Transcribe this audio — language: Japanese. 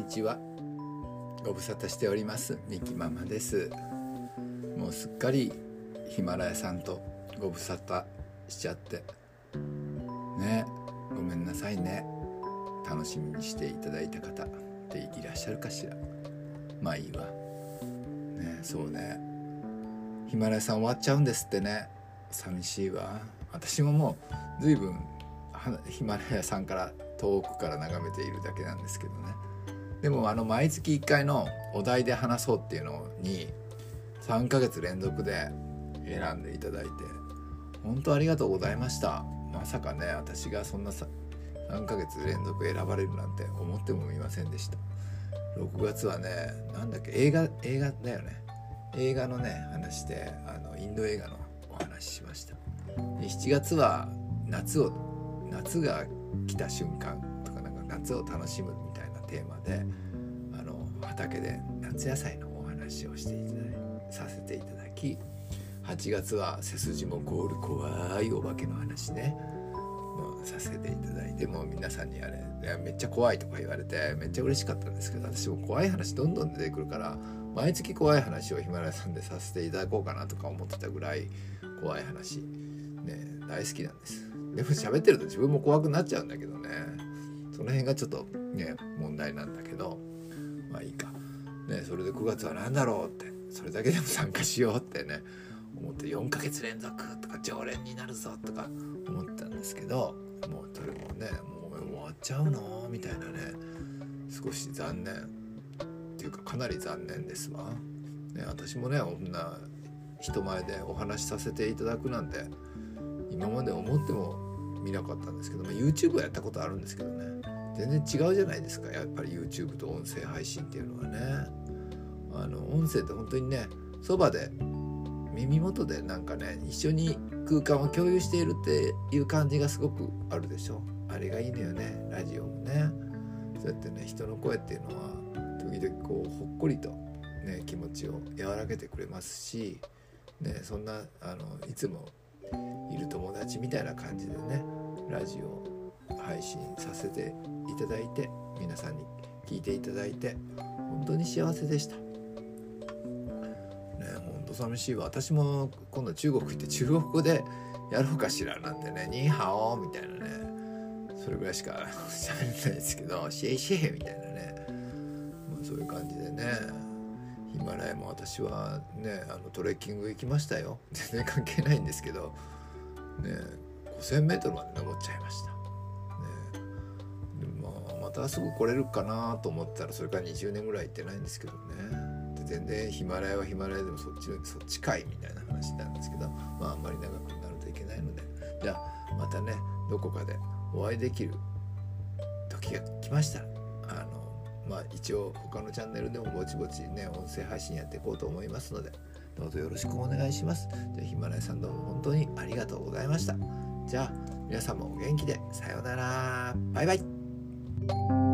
ちは。ご無沙汰しておりますミキママです。もうすっかりヒマラヤさんとご無沙汰しちゃってね、ごめんなさいね。楽しみにしていただいた方っていらっしゃるかしら。まあいいわね。そうね、ヒマラヤさん終わっちゃうんですってね。寂しいわ。私ももう随分ヒマラヤさんから遠くから眺めているだけなんですけどね。でも毎月1回のお題で話そうっていうのに3ヶ月連続で選んでいただいて本当ありがとうございました。まさかね、私がそんな3ヶ月連続選ばれるなんて思ってもみませんでした。6月はね、なんだっけ、映画だよね。映画のね話でインド映画のお話しました。で7月は夏が来た瞬間とか、なんか夏を楽しむみたいなテーマで畑で夏野菜のお話をさせていただき、8月は背筋も凍る怖いお化けの話ねもうさせていただいて、もう皆さんにめっちゃ怖いとか言われてめっちゃ嬉しかったんですけど、私も怖い話どんどん出てくるから毎月怖い話をヒマラヤさんでさせていただこうかなとか思ってたぐらい怖い話ね大好きなんです。でも喋ってると自分も怖くなっちゃうんだけどね、その辺がちょっとね問題なんだけど、まあいいかね。それで9月は何だろうって、それだけでも参加しようってね思って4ヶ月連続とか常連になるぞとか思ったんですけど、もうそれもねもう終わっちゃうのみたいなね、少し残念っていうかかなり残念ですわね。私もねこんな人前でお話しさせていただくなんて今まで思っても見なかったんですけど、YouTube はやったことあるんですけどね、全然違うじゃないですか。やっぱり YouTube と音声配信っていうのはね、音声って本当にねそばで耳元でなんかね一緒に空間を共有しているっていう感じがすごくあるでしょ。あれがいいのよね、ラジオもね。そうやってね人の声っていうのは時々こうほっこりとね気持ちを和らげてくれますしね、そんないつもいる友達みたいな感じでねラジオ配信させていただいて、皆さんに聞いていただいて本当に幸せでしたね。本当寂しいわ。私も今度中国行って中国語でやろうかしらなんてね、ニーハオみたいなね、それぐらいしか喋れないですけど、シェイシェイみたいなね、そういう感じでね。ヒマラヤも私はねトレッキング行きましたよ。全然関係ないんですけどね、5000m まで登っちゃいましたね。でまたすぐ来れるかなと思ったらそれから20年ぐらい行ってないんですけどね。で全然ヒマラヤはヒマラヤでもそっちかいみたいな話なんですけど、あんまり長くなるといけないので、じゃあまたねどこかでお会いできる時が来ましたら一応他のチャンネルでもぼちぼちね音声配信やっていこうと思いますので、どうぞよろしくお願いします。じゃあヒマラヤさんどうも本当にありがとうございました。じゃあ皆さんもお元気でさようなら、バイバイ。